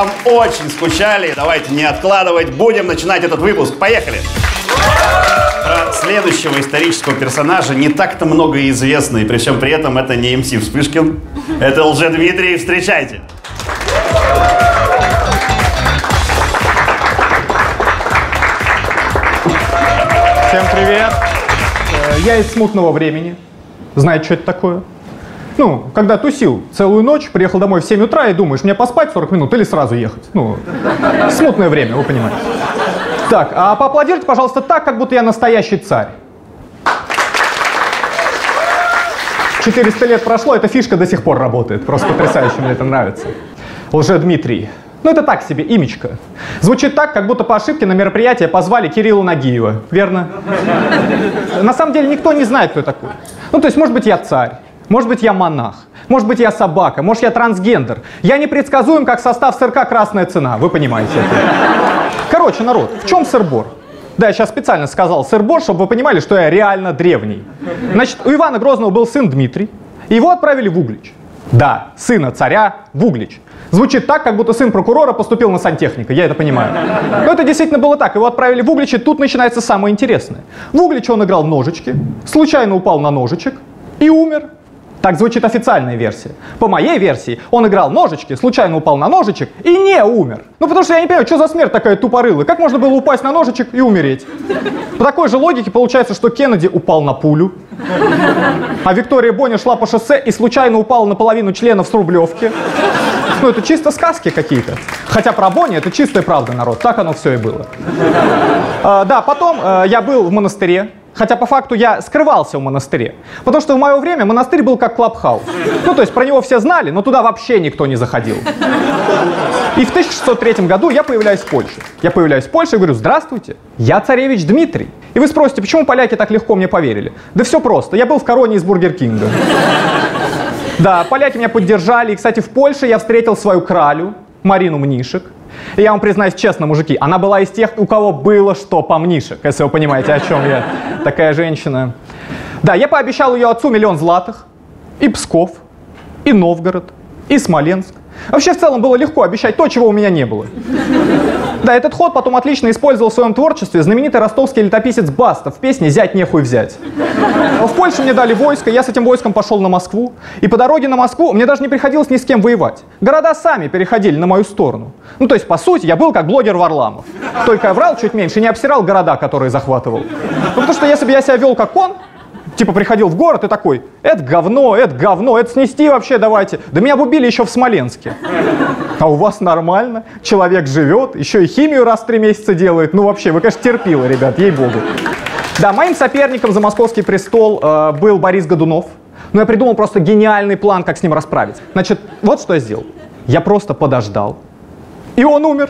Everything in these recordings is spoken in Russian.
вам очень скучали. Давайте не откладывать, будем начинать этот выпуск. Поехали! Про следующего исторического персонажа не так-то много известно, и при всем при этом это не МС Вспышкин, это Лжедмитрий. Встречайте! Всем привет! Я из смутного времени. Знаете, что это такое? Ну, когда тусил целую ночь, приехал домой в 7 утра и думаешь, мне поспать 40 минут или сразу ехать? Ну, смутное время, вы понимаете. Так, а поаплодируйте, пожалуйста, так, как будто я настоящий царь. 400 лет прошло, эта фишка до сих пор работает. Просто потрясающе, мне это нравится. Лжедмитрий. Ну, это так себе, имечко. Звучит так, как будто по ошибке на мероприятие позвали Кирилла Нагиева. Верно? На самом деле никто не знает, кто я такой. Ну, то есть, может быть, я царь. Может быть, я монах. Может быть, я собака. Может, я трансгендер. Я непредсказуем, как состав сырка «Красная цена». Вы понимаете это. Короче, народ, в чем сыр-бор? Да, я сейчас специально сказал сыр-бор, чтобы вы понимали, что я реально древний. Значит, у Ивана Грозного был сын Дмитрий, и его отправили в Углич. Да, сына царя в Углич. Звучит так, как будто сын прокурора поступил на сантехника, я это понимаю. Но это действительно было так, его отправили в Углич, и тут начинается самое интересное. В Угличе он играл в ножички, случайно упал на ножичек и умер. Так звучит официальная версия. По моей версии, он играл ножички, случайно упал на ножичек и не умер. Ну потому что я не понимаю, что за смерть такая тупорылая? Как можно было упасть на ножичек и умереть? По такой же логике получается, что Кеннеди упал на пулю, а Виктория Боня шла по шоссе и случайно упала на половину членов с Рублевки. Ну это чисто сказки какие-то. Хотя про Бони это чистая правда, народ. Так оно все и было. Да, потом я был в монастыре. Хотя по факту я скрывался в монастыре. Потому что в мое время монастырь был как клабхаус. Ну то есть про него все знали, но туда вообще никто не заходил. И в 1603 году я появляюсь в Польше. Я появляюсь в Польше и говорю: здравствуйте, я царевич Дмитрий. И вы спросите, почему поляки так легко мне поверили? Да все просто, я был в короне из Бургер Кинга. Да, поляки меня поддержали. И, кстати, в Польше я встретил свою кралю, Марину Мнишек. И я вам признаюсь честно, мужики, она была из тех, у кого было что по Мнишек, если вы понимаете, о чем я. Такая женщина. Да, я пообещал ее отцу 1 000 000 златых. И Псков, и Новгород, и Смоленск. Вообще, в целом, было легко обещать то, чего у меня не было. Да, этот ход потом отлично использовал в своем творчестве знаменитый ростовский летописец Бастов в песне «Зять нехуй взять». В Польше мне дали войско, я с этим войском пошел на Москву. И по дороге на Москву мне даже не приходилось ни с кем воевать. Города сами переходили на мою сторону. Ну, то есть, по сути, я был как блогер Варламов. Только я врал чуть меньше и не обсирал города, которые захватывал. Ну, потому что если бы я себя вел как он, типа приходил в город и такой: это говно, это снести вообще давайте. Да меня бы убили еще в Смоленске. А у вас нормально, человек живет, еще и химию раз в 3 месяца делает. Ну вообще, вы, конечно, терпилы, ребят, ей-богу. Да, моим соперником за московский престол был Борис Годунов. Но я придумал просто гениальный план, как с ним расправиться. Значит, вот что я сделал. Я просто подождал, и он умер.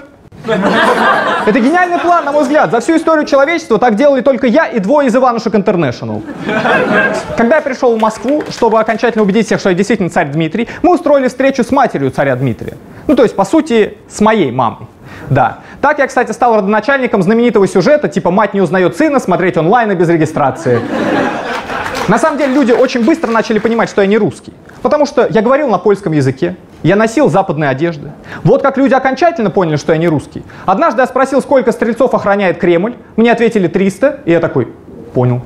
Это гениальный план, на мой взгляд. За всю историю человечества так делали только я и 2 из Иванушек Интернешнл. Когда я пришел в Москву, чтобы окончательно убедить всех, что я действительно царь Дмитрий, мы устроили встречу с матерью царя Дмитрия. Ну, то есть, по сути, с моей мамой. Да. Так я, кстати, стал родоначальником знаменитого сюжета, типа «Мать не узнает сына», смотреть онлайн и без регистрации. На самом деле люди очень быстро начали понимать, что я не русский. Потому что я говорил на польском языке, я носил западные одежды. Вот как люди окончательно поняли, что я не русский. Однажды я спросил, сколько стрельцов охраняет Кремль. Мне ответили 300, и я такой: понял.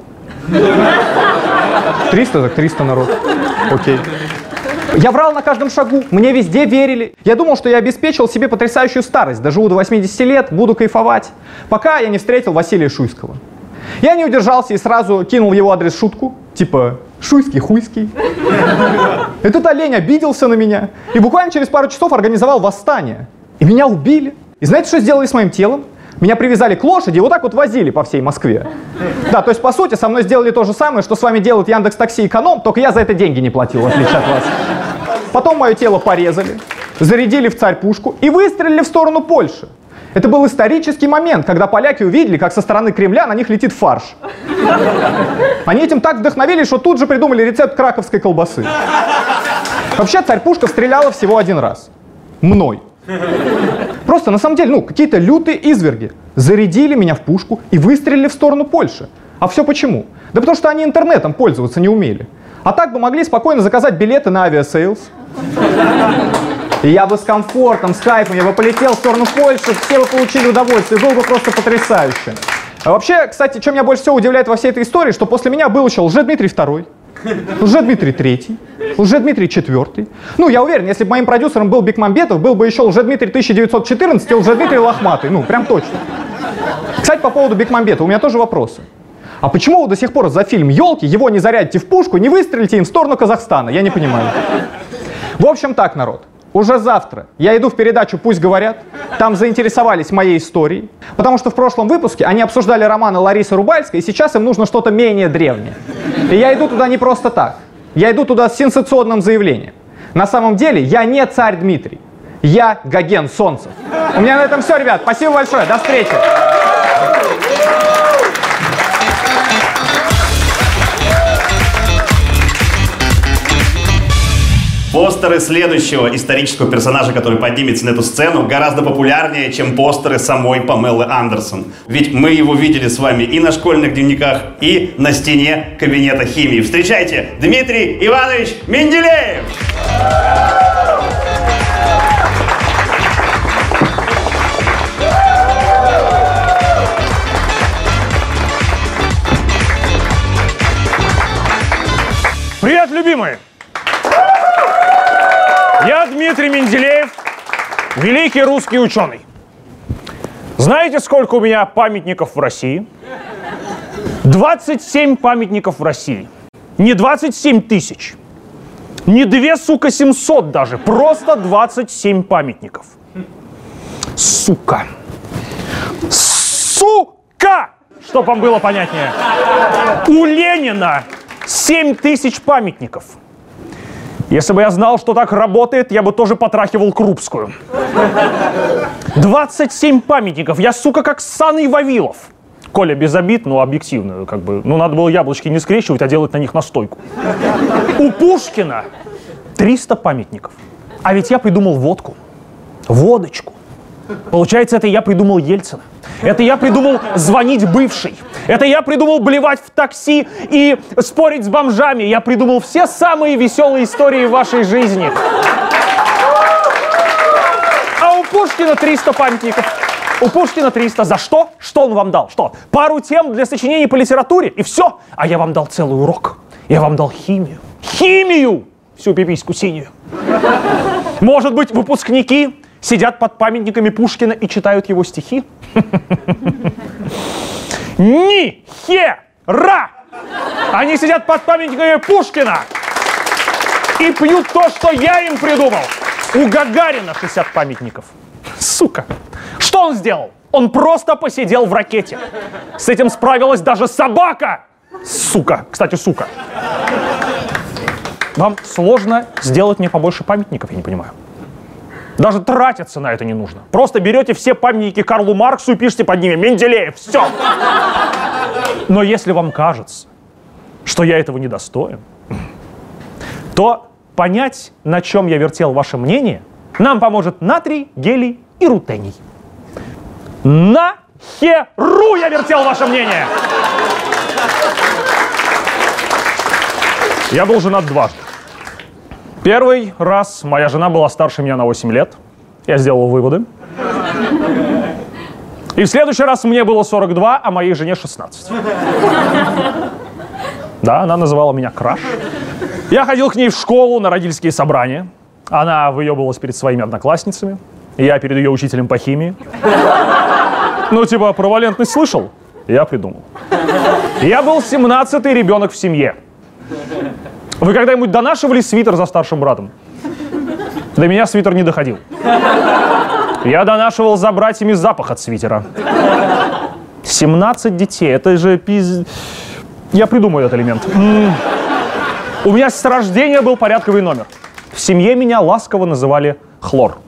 300, так 300 народ. Окей. Я врал на каждом шагу, мне везде верили. Я думал, что я обеспечил себе потрясающую старость. Доживу до 80 лет, буду кайфовать. Пока я не встретил Василия Шуйского. Я не удержался и сразу кинул в его адрес шутку, типа «Шуйский, хуйский». Этот олень обиделся на меня и буквально через пару часов организовал восстание. И меня убили. И знаете, что сделали с моим телом? Меня привязали к лошади и вот так вот возили по всей Москве. Да, то есть, по сути, со мной сделали то же самое, что с вами делает Яндекс.Такси Эконом, только я за это деньги не платил, в отличие от вас. Потом мое тело порезали, зарядили в царь-пушку и выстрелили в сторону Польши. Это был исторический момент, когда поляки увидели, как со стороны Кремля на них летит фарш. Они этим так вдохновились, что тут же придумали рецепт краковской колбасы. Вообще, царь-пушка стреляла всего 1 раз. Мной. Просто, на самом деле, какие-то лютые изверги зарядили меня в пушку и выстрелили в сторону Польши. А все почему? Да потому что они интернетом пользоваться не умели. А так бы могли спокойно заказать билеты на авиасейлс. И я бы с комфортом, с кайфом, я бы полетел в сторону Польши, все бы получили удовольствие, было бы просто потрясающе. А вообще, кстати, что меня больше всего удивляет во всей этой истории, что после меня был еще Лжедмитрий II, Лжедмитрий III, Лжедмитрий IV. Ну, я уверен, если бы моим продюсером был Бекмамбетов, был бы еще Лжедмитрий 1914 и Лжедмитрий Лохматый. Ну, прям точно. Кстати, по поводу Бекмамбетова, у меня тоже вопросы. А почему вы до сих пор за фильм «Елки» его не зарядите в пушку, не выстрелите им в сторону Казахстана? Я не понимаю. В общем так, народ. Уже завтра я иду в передачу «Пусть говорят». Там заинтересовались моей историей. Потому что в прошлом выпуске они обсуждали романы Ларисы Рубальской, и сейчас им нужно что-то менее древнее. И я иду туда не просто так. Я иду туда с сенсационным заявлением. На самом деле я не царь Дмитрий. Я Гоген Солнцев. У меня на этом все, ребят. Спасибо большое. До встречи. Постеры следующего исторического персонажа, который поднимется на эту сцену, гораздо популярнее, чем постеры самой Памелы Андерсон. Ведь мы его видели с вами и на школьных дневниках, и на стене кабинета химии. Встречайте, Дмитрий Иванович Менделеев! Привет, любимые! Я Дмитрий Менделеев, великий русский ученый. Знаете, сколько у меня памятников в России? 27 памятников в России. Не 27 тысяч. Не 2700 даже. Просто 27 памятников. Сука. Сука! Чтоб вам было понятнее. У Ленина 7000 памятников. Если бы я знал, что так работает, я бы тоже потрахивал Крупскую. 27 памятников. Я, сука, как ссаный Вавилов. Коля, без обид, но объективно, как бы. Ну, надо было яблочки не скрещивать, а делать на них настойку. У Пушкина 300 памятников. А ведь я придумал водку. Водочку. Получается, это я придумал Ельцина. Это я придумал звонить бывшей. Это я придумал блевать в такси и спорить с бомжами. Я придумал все самые веселые истории в вашей жизни. А у Пушкина 300 памятников. У Пушкина 300. За что? Что он вам дал? Что? Пару тем для сочинений по литературе и все. А я вам дал целый урок. Я вам дал химию. Химию! Всю пипиську синюю. Может быть, выпускники сидят под памятниками Пушкина и читают его стихи? Ни хера! Они сидят под памятниками Пушкина и пьют то, что я им придумал. У Гагарина 60 памятников. Сука. Что он сделал? Он просто посидел в ракете. С этим справилась даже собака. Сука. Кстати, сука. Вам сложно сделать мне побольше памятников, я не понимаю. Даже тратиться на это не нужно. Просто берете все памятники Карлу Марксу и пишите под ними «Менделеев». Все. Но если вам кажется, что я этого недостоин, то понять, на чем я вертел ваше мнение, нам поможет натрий, гелий и рутений. На херу я вертел ваше мнение! Я был женат дважды. Первый раз моя жена была старше меня на 8 лет. Я сделал выводы. И в следующий раз мне было 42, а моей жене 16. Да, она называла меня краш. Я ходил к ней в школу на родительские собрания. Она выебывалась перед своими одноклассницами. Я перед ее учителем по химии. Ну, типа, про валентность слышал? Я придумал. Я был 17-й ребенок в семье. Вы когда-нибудь донашивали свитер за старшим братом? До меня свитер не доходил. Я донашивал за братьями запах от свитера. 17 детей. Это же Я придумаю этот элемент. У меня с рождения был порядковый номер. В семье меня ласково называли Хлор.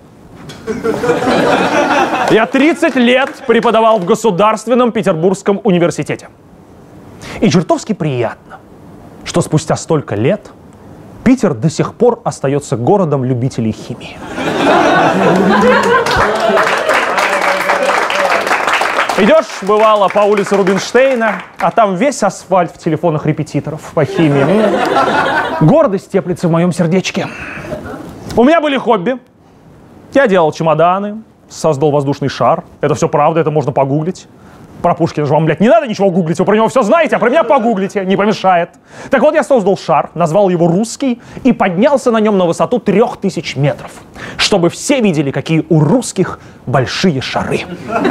Я 30 лет преподавал в Государственном Петербургском университете. И чертовски приятно, что спустя столько лет Питер до сих пор остается городом любителей химии. Идешь, бывало, по улице Рубинштейна, а там весь асфальт в телефонах репетиторов по химии. Гордость теплится в моем сердечке. У меня были хобби. Я делал чемоданы, создал воздушный шар. Это все правда, это можно погуглить. Про Пушкина же вам, блядь, не надо ничего гуглить, вы про него все знаете, а про меня погуглите, не помешает. Так вот, я создал шар, назвал его «Русский» и поднялся на нем на высоту 3000 метров, чтобы все видели, какие у русских большие шары.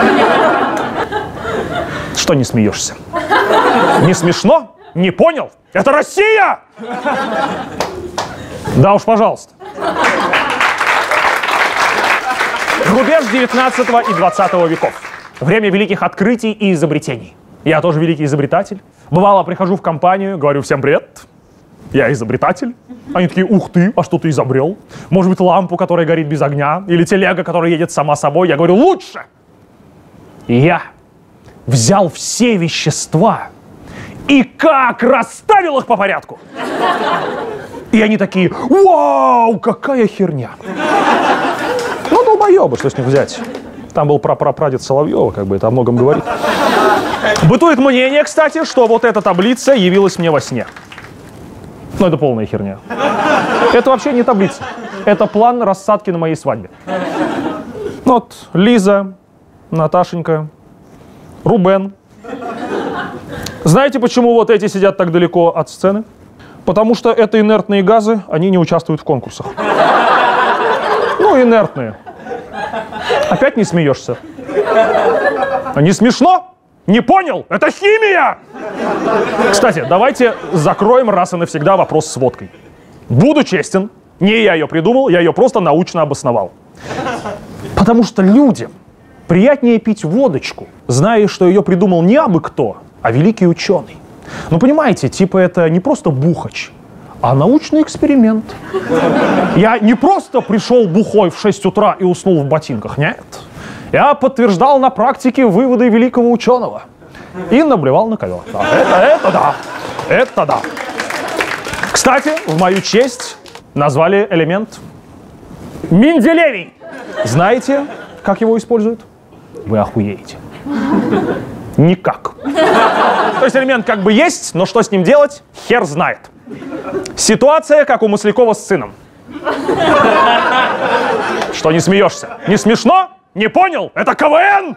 Что не смеешься? Не смешно? Не понял? Это Россия! Да уж, пожалуйста. Рубеж 19 и 20 веков. Время великих открытий и изобретений. Я тоже великий изобретатель. Бывало, прихожу в компанию, говорю: всем привет, я изобретатель. Они такие: ух ты, а что ты изобрел? Может быть, лампу, которая горит без огня? Или телега, которая едет сама собой? Я говорю: лучше. И я взял все вещества и как расставил их по порядку. И они такие: вау, какая херня. Ну, долбоебы, что с них взять? Там был прапрадед Соловьева, как бы это о многом говорит. Бытует мнение, кстати, что вот эта таблица явилась мне во сне. Но это полная херня. Это вообще не таблица. Это план рассадки на моей свадьбе. Вот Лиза, Наташенька, Рубен. Знаете, почему вот эти сидят так далеко от сцены? Потому что это инертные газы, они не участвуют в конкурсах. Ну, инертные. Опять не смеешься? А не смешно? Не понял? Это химия! Кстати, давайте закроем раз и навсегда вопрос с водкой. Буду честен, не я ее придумал, я ее просто научно обосновал. Потому что людям приятнее пить водочку, зная, что ее придумал не абы кто, а великий ученый. Ну, понимаете, типа это не просто бухач, а научный эксперимент. Я не просто пришел бухой в 6 утра и уснул в ботинках, нет. Я подтверждал на практике выводы великого ученого. И наблевал на ковер. Это да. Это да. Кстати, в мою честь назвали элемент Менделевий. Знаете, как его используют? Вы охуеете. Никак. То есть элемент как бы есть, но что с ним делать, хер знает. Ситуация, как у Маслякова с сыном. Что не смеешься? Не смешно? Не понял? Это КВН!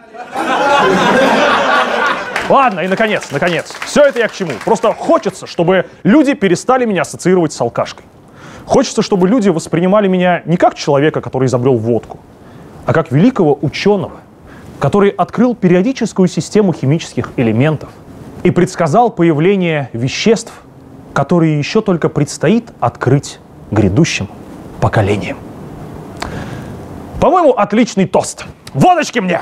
Ладно, и наконец. Все это я к чему? Просто хочется, чтобы люди перестали меня ассоциировать с алкашкой. Хочется, чтобы люди воспринимали меня не как человека, который изобрел водку, а как великого ученого, который открыл периодическую систему химических элементов и предсказал появление веществ, которые еще только предстоит открыть грядущим поколениям. По-моему, отличный тост. Водочки мне!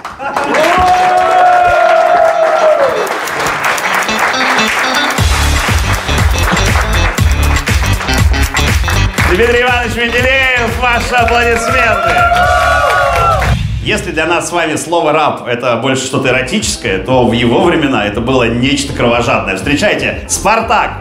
Дмитрий Иванович Менделеев, ваши аплодисменты! Если для нас с вами слово «раб» — это больше что-то эротическое, то в его времена это было нечто кровожадное. Встречайте, Спартак!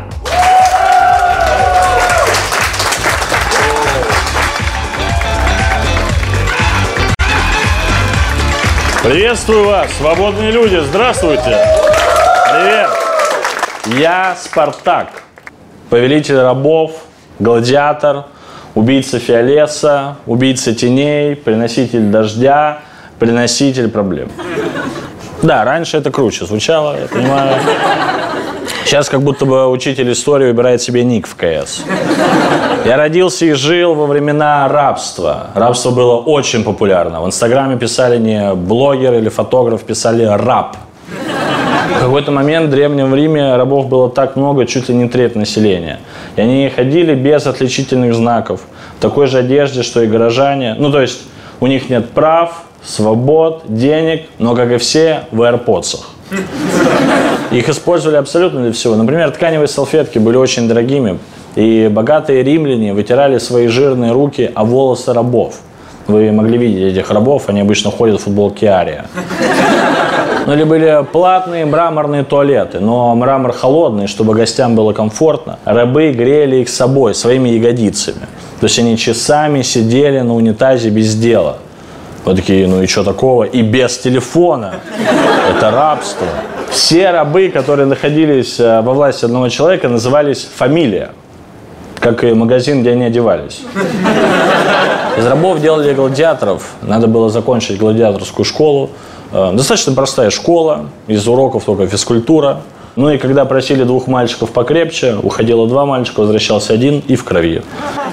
Приветствую вас, свободные люди, здравствуйте! Привет! Я Спартак, повелитель рабов, гладиатор, убийца Фиолеса, убийца теней, приноситель дождя, приноситель проблем. Да, раньше это круче звучало, я понимаю. Сейчас как будто бы учитель истории выбирает себе ник в КС. Я родился и жил во времена рабства. Рабство было очень популярно. В Инстаграме писали не блогер или фотограф, писали раб. В какой-то момент в Древнем Риме рабов было так много, чуть ли не треть населения. И они ходили без отличительных знаков, в такой же одежде, что и горожане. Ну, то есть у них нет прав, свобод, денег, но, как и все, в AirPods. Их использовали абсолютно для всего. Например, тканевые салфетки были очень дорогими, и богатые римляне вытирали свои жирные руки о волосы рабов. Вы могли видеть этих рабов, они обычно ходят в футболке Ария. Ну или были платные мраморные туалеты, но мрамор холодный, чтобы гостям было комфортно. Рабы грели их с собой, своими ягодицами. То есть они часами сидели на унитазе без дела. Вот такие, ну и что такого? И без телефона. Это рабство. Все рабы, которые находились во власти одного человека, назывались «фамилия». Как и магазин, где они одевались. Из рабов делали гладиаторов. Надо было закончить гладиаторскую школу. Достаточно простая школа. Из уроков только физкультура. Ну и когда просили 2 мальчиков покрепче, уходило 2 мальчика, возвращался 1 и в крови.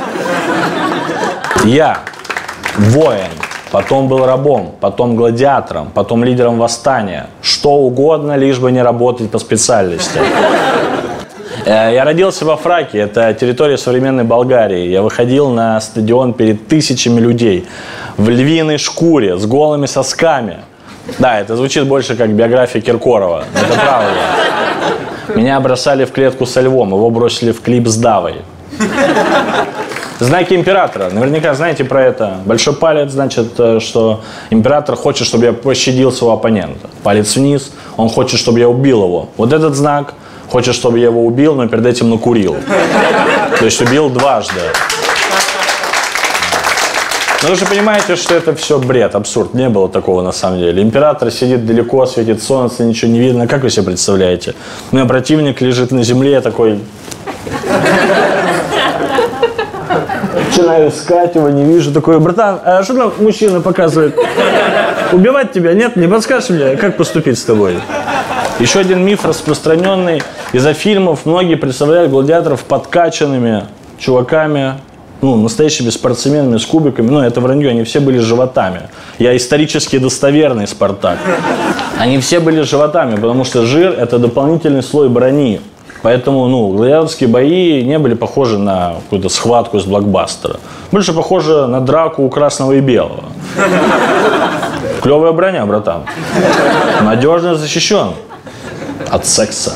Я воин. Потом был рабом, потом гладиатором, потом лидером восстания. Что угодно, лишь бы не работать по специальности. Я родился во Фракии, это территория современной Болгарии. Я выходил на стадион перед тысячами людей в львиной шкуре, с голыми сосками. Да, это звучит больше как биография Киркорова, это правда. Меня бросали в клетку со львом, его бросили в клип с Давой. Знаки императора. Наверняка знаете про это. Большой палец значит, что император хочет, чтобы я пощадил своего оппонента. Палец вниз, он хочет, чтобы я убил его. Вот этот знак хочет, чтобы я его убил, но перед этим накурил. То есть убил дважды. Но вы же понимаете, что это все бред, абсурд. Не было такого на самом деле. Император сидит далеко, светит солнце, ничего не видно. Как вы себе представляете? У меня противник лежит на земле, такой... Начинаю искать его, не вижу. Такой, братан, а что там мужчина показывает? Убивать тебя? Нет? Не подскажешь мне, как поступить с тобой? Еще один миф распространенный. Из-за фильмов многие представляют гладиаторов подкачанными чуваками, ну, настоящими спортсменами с кубиками. Ну, это вранье, они все были с животами. Я исторически достоверный Спартак. Они все были с животами, потому что жир – это дополнительный слой брони. Поэтому, ну, гладиаторские бои не были похожи на какую-то схватку из блокбастера. Больше похожи на драку у красного и белого. Клевая броня, братан. Надежно защищен от секса.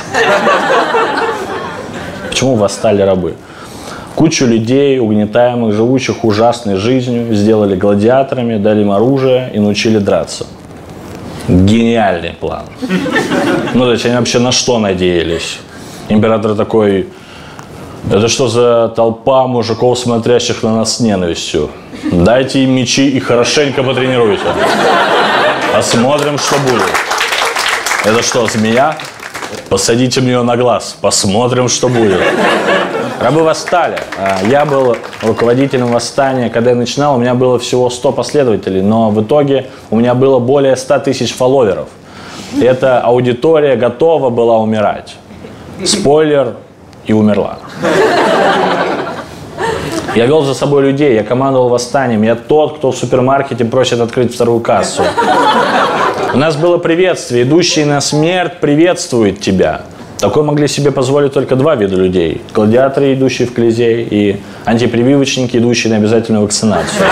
Почему восстали рабы? Кучу людей, угнетаемых, живущих ужасной жизнью, сделали гладиаторами, дали им оружие и научили драться. Гениальный план. Ну, то есть они вообще на что надеялись? Император такой, это что за толпа мужиков, смотрящих на нас с ненавистью? Дайте им мечи и хорошенько потренируйте. Посмотрим, что будет. Это что, змея? Посадите мне ее на глаз. Посмотрим, что будет. Рабы восстали. Я был руководителем восстания. Когда я начинал, у меня было всего 100 последователей, но в итоге у меня было более 100 тысяч фолловеров. И эта аудитория готова была умирать. Спойлер, и умерла. Я вел за собой людей, я командовал восстанием. Я тот, кто в супермаркете просит открыть вторую кассу. У нас было приветствие. Идущий на смерть приветствует тебя. Такое могли себе позволить только 2 вида людей. Гладиаторы, идущие в Колизей, и антипрививочники, идущие на обязательную вакцинацию.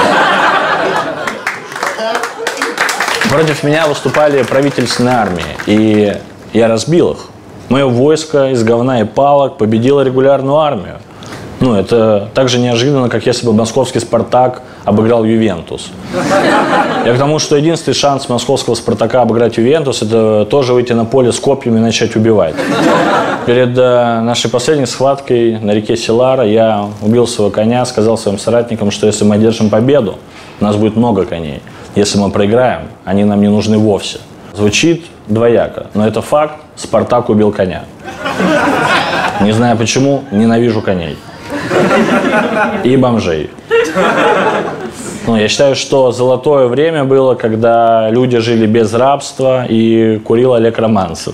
Против меня выступали правительственные армии, и я разбил их. Мое войско из говна и палок победило регулярную армию. Ну, это так же неожиданно, как если бы московский «Спартак» обыграл «Ювентус». Я к тому, что единственный шанс московского «Спартака» обыграть «Ювентус» – это тоже выйти на поле с копьями и начать убивать. Перед нашей последней схваткой на реке Силара я убил своего коня, сказал своим соратникам, что если мы одержим победу, у нас будет много коней. Если мы проиграем, они нам не нужны вовсе. Звучит двояко, но это факт. Спартак убил коня. Не знаю почему, ненавижу коней. И бомжей. Ну, я считаю, что золотое время было, когда люди жили без рабства и курил Олег Романцев.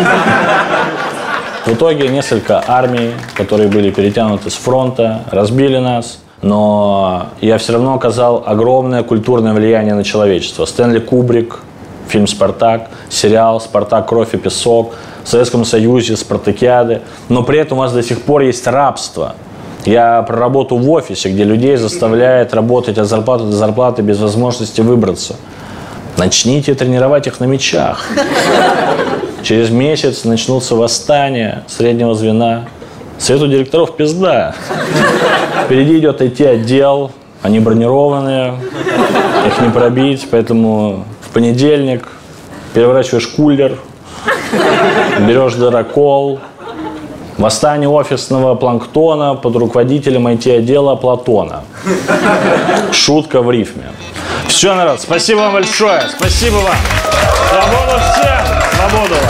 В итоге несколько армий, которые были перетянуты с фронта, разбили нас. Но я все равно оказал огромное культурное влияние на человечество. Стэнли Кубрик, фильм «Спартак», сериал «Спартак. Кровь и песок», в Советском Союзе «Спартакиады». Но при этом у вас до сих пор есть рабство. Я проработал в офисе, где людей заставляют работать от зарплаты до зарплаты без возможности выбраться. Начните тренировать их на мечах. Через месяц начнутся восстания среднего звена. Совету директоров пизда. Впереди идет IT-отдел, они бронированные, их не пробить, поэтому в понедельник переворачиваешь кулер, берешь дырокол. Восстание офисного планктона под руководителем IT-отдела Платона. Шутка в рифме. Все, народ, спасибо вам большое. Спасибо вам. Свободу всем. Свободу вам.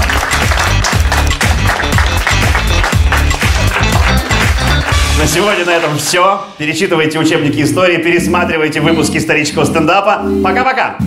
На сегодня на этом все. Перечитывайте учебники истории, пересматривайте выпуски исторического стендапа. Пока-пока!